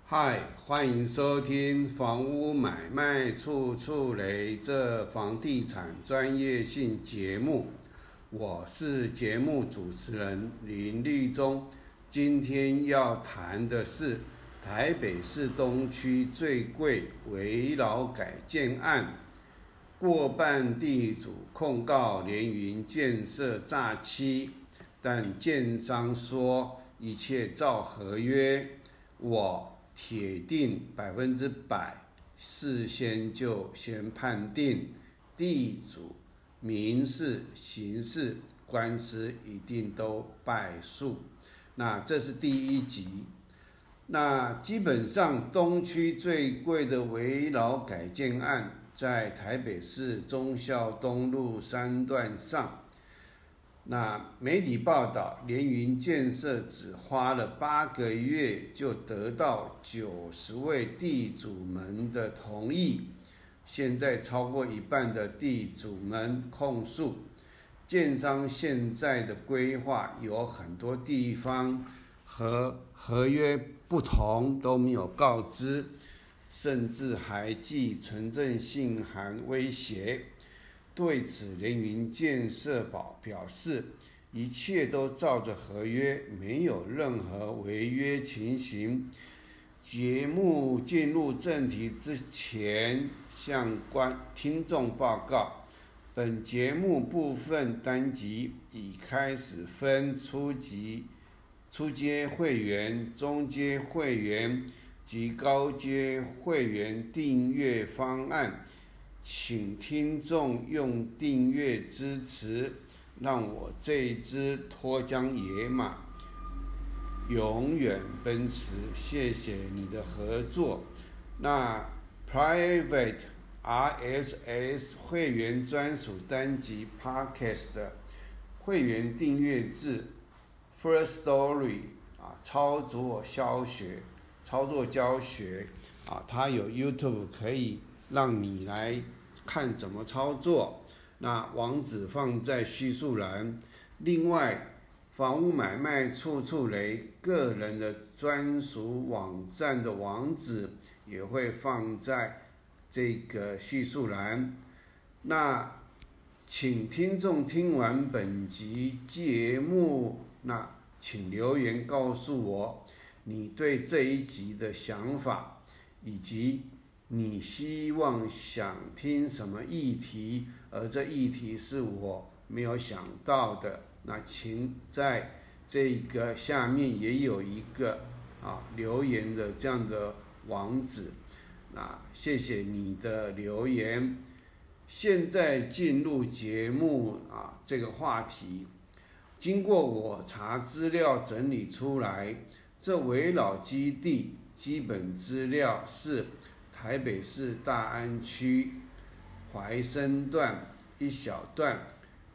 嗨，欢迎收听房屋买卖处处雷这房地产专业性节目，我是节目主持人林立忠。今天要谈的是台北市东区最贵危老改建案，过半地主控告联云建设诈欺，但建商说一切照合约，我铁定100%，事先就先判定地主民事、刑事官司一定都败诉。那这是第一集。那基本上东区最贵的危老改建案在台北市忠孝东路3段上。那媒体报道，联云建设只花了8个月就得到90位地主们的同意，现在超过一半的地主们控诉，建商现在的规划有很多地方和合约不同都没有告知，甚至还寄存证信函威胁。对此，联云建设表示，一切都照着合约，没有任何违约情形。节目进入正题之前，向听众报告，本节目部分单集已开始分初阶会员、中阶会员及高阶会员订阅方案，请听众用订阅支持，让我这一只脱缰野马永远奔驰。谢谢你的合作。那 Private RSS 会员专属单集 Podcast 的会员订阅制 First Story 操作教学它有 YouTube 可以让你来看怎么操作，那网址放在叙述栏。另外，房屋买卖处处雷个人的专属网站的网址也会放在这个叙述栏。那请听众听完本集节目，那请留言告诉我你对这一集的想法，以及你想听什么议题，而这议题是我没有想到的，那请在这个下面也有一个留言的这样的网址。那谢谢你的留言。现在进入节目这个话题，经过我查资料整理出来，这危老基地基本资料是台北市大安区怀生段一小段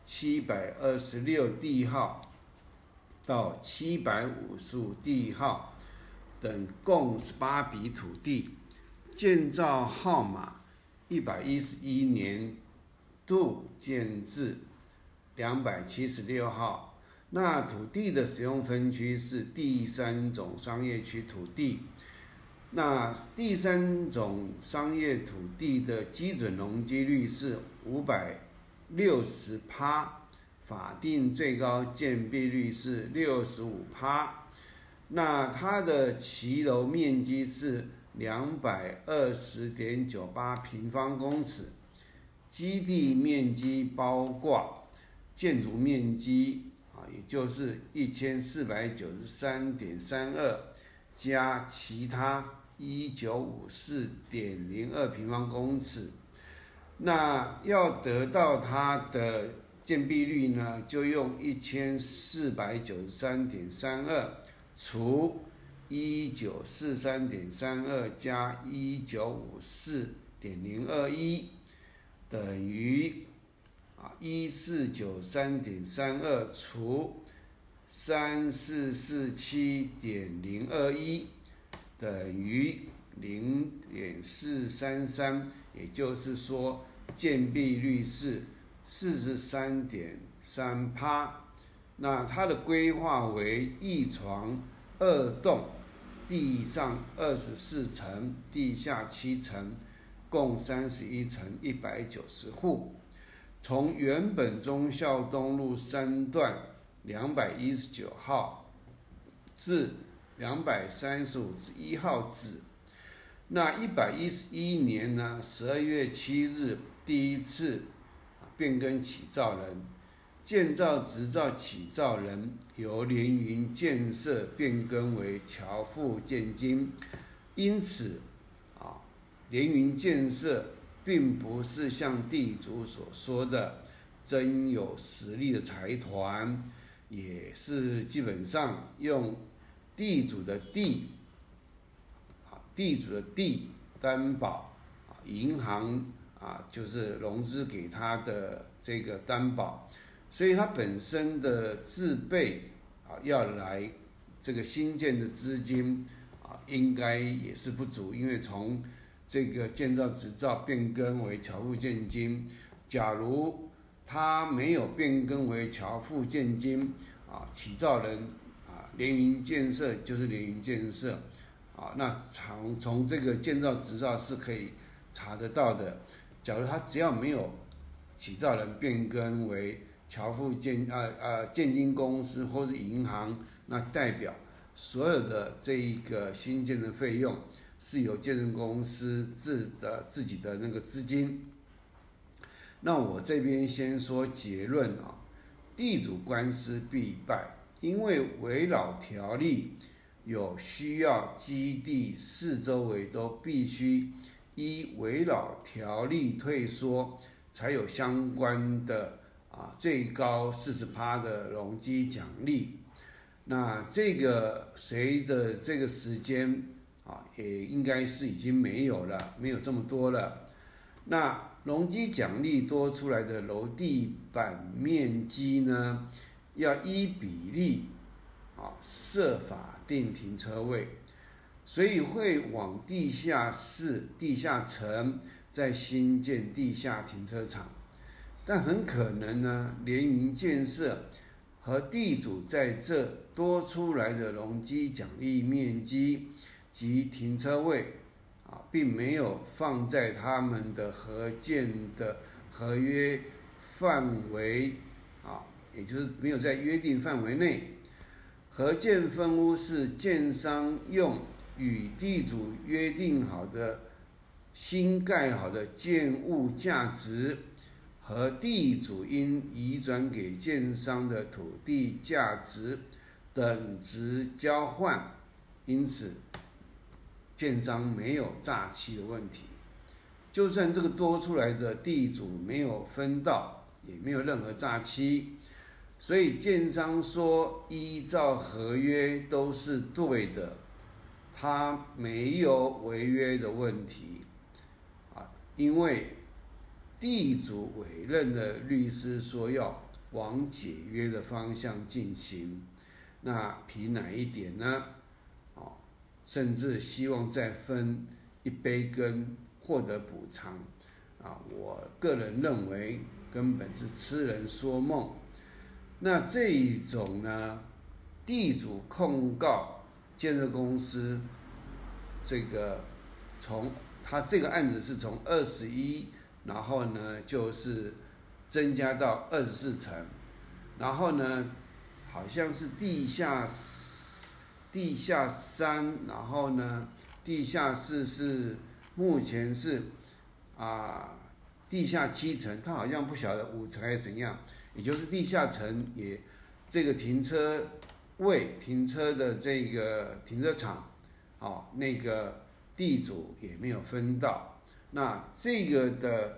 726地号到755地号等共18笔土地，建造号码111年度建制276号。那土地的使用分区是第3种商业区土地。那第3种商业土地的基准容积率是560%，法定最高建蔽率是65%。那它的骑楼面积是220.98平方公尺，基地面积包括建筑面积也就是1493.32加其他1954.02平方公尺。那要得到它的建蔽率呢，就用1493.32除1943.32加1954.021等于1493.32除3447.021等于0.433，也就是说建蔽率是43.3%。那它的规划为1床2栋地上24层，地下7层，共31层190户。从原本忠孝东路3段219号至235-1号止。那111年呢12月7日第一次变更起造人，建造执照起造人由联云建设变更为侨富建经，因此联云建设并不是像地主所说的真有实力的财团，也是基本上用地主的地担保，银行就是融资给他的这个担保，所以他本身的自备要来这个新建的资金应该也是不足，因为从这个建造执照变更为侨富建经，假如他没有变更为侨富建经起造人联云建设就是联云建设那从这个建造执照是可以查得到的。假如他只要没有起造人变更为侨富建经公司或是银行，那代表所有的这一个新建的费用是由建设公司自己的那个资金。那我这边先说结论地主官司必败，因为围绕条例有需要基地四周围都必须依围绕条例退缩，才有相关的最高40%的容积奖励。那这个随着这个时间也应该是已经没有了，没有这么多了。那容积奖励多出来的楼地板面积呢，要依比例设法定停车位，所以会往地下层再新建地下停车场。但很可能呢，联云建设和地主在这多出来的容积奖励面积及停车位并没有放在他们的合建的合约范围也就是没有在约定范围内。合建分屋是建商用与地主约定好的新盖好的建物价值和地主应移转给建商的土地价值等值交换，因此建商没有诈欺的问题。就算这个多出来的地主没有分到，也没有任何诈欺，所以建商说依照合约都是对的，他没有违约的问题因为地主委任的律师说要往解约的方向进行，那凭哪一点呢？甚至希望再分一杯羹获得补偿我个人认为根本是痴人说梦。那这一种呢，地主控告建设公司，他这个案子是从21，然后呢就是增加到24层，然后呢好像是地下3，然后呢地下4是目前是地下7层，他好像不晓得5层还是怎样，也就是地下层也这个停车位停车的这个停车场那个地主也没有分到。那这个的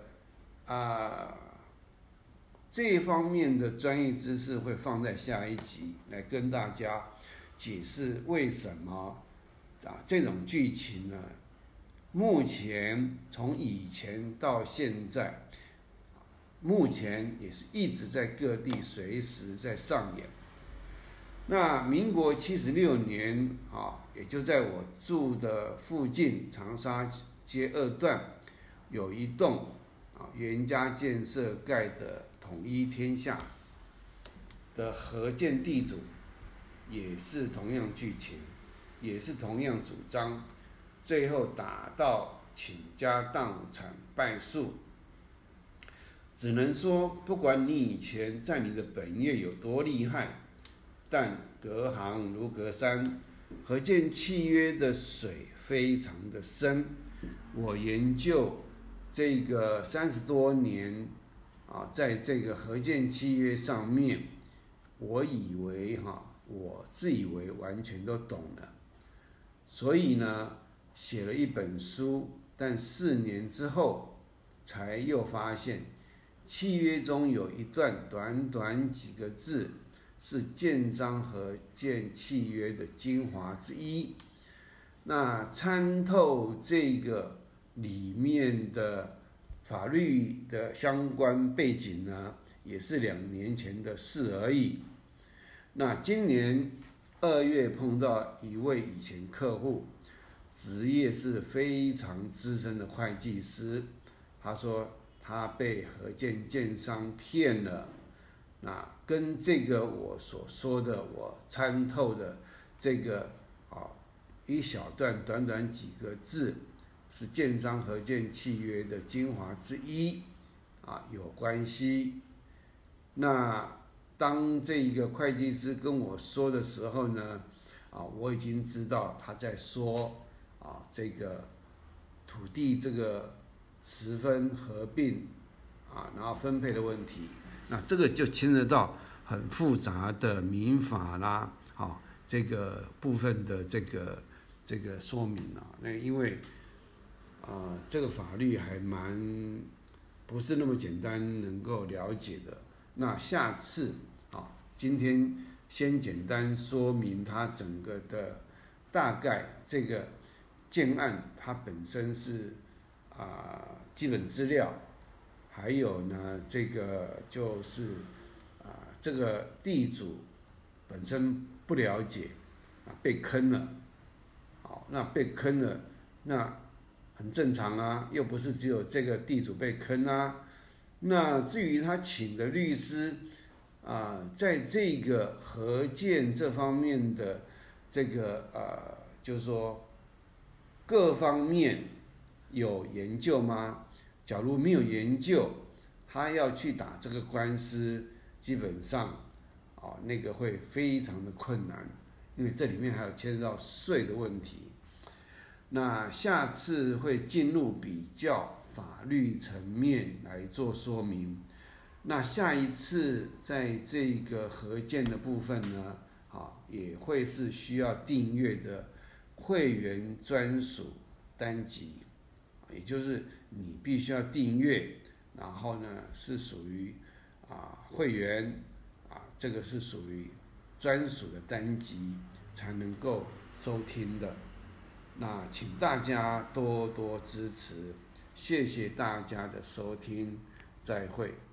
这一方面的专业知识会放在下一集来跟大家解释为什么这种剧情呢，目前从以前到现在，目前也是一直在各地随时在上演。那民国76年也就在我住的附近长沙街2段有一栋原家建设盖的统一天下的合建地主，也是同样剧情。 也是同样主张，最后打到倾家荡产败诉。只能说，不管你以前在你的本业有多厉害，但隔行如隔山，合建契约的水非常的深。我研究这个30多年在这个合建契约上面，我自以为完全都懂了，所以呢，写了一本书，但4年之后，才又发现契约中有一段短短几个字，是建商合建契约的精华之一。那参透这个里面的法律的相关背景呢，也是2年前的事而已。那今年2月碰到一位以前客户，职业是非常资深的会计师，他说他被合建建商骗了。那跟这个我所说的我参透的这个一小段短短几个字，是建商合建契约的精华之一有关系。那当这个会计师跟我说的时候呢，我已经知道他在说这个土地这个持分合并然后分配的问题。那这个就牵扯到很复杂的民法啦，这个部分的这个说明那因为这个法律还不是那么简单能够了解的。那下次今天先简单说明它整个的大概这个建案它本身是基本资料，还有呢这个就是这个地主本身不了解被坑了，那被坑了那很正常啊，又不是只有这个地主被坑啊。那至于他请的律师在这个合建这方面的这个就是说各方面有研究吗？假如没有研究，他要去打这个官司，基本上那个会非常的困难，因为这里面还有牵涉到税的问题。那下次会进入比较法律层面来做说明。那下一次在这个合建的部分呢，也会是需要订阅的会员专属单集，也就是你必须要订阅，然后呢是属于会员这个是属于专属的单集才能够收听的。那请大家多多支持，谢谢大家的收听，再会。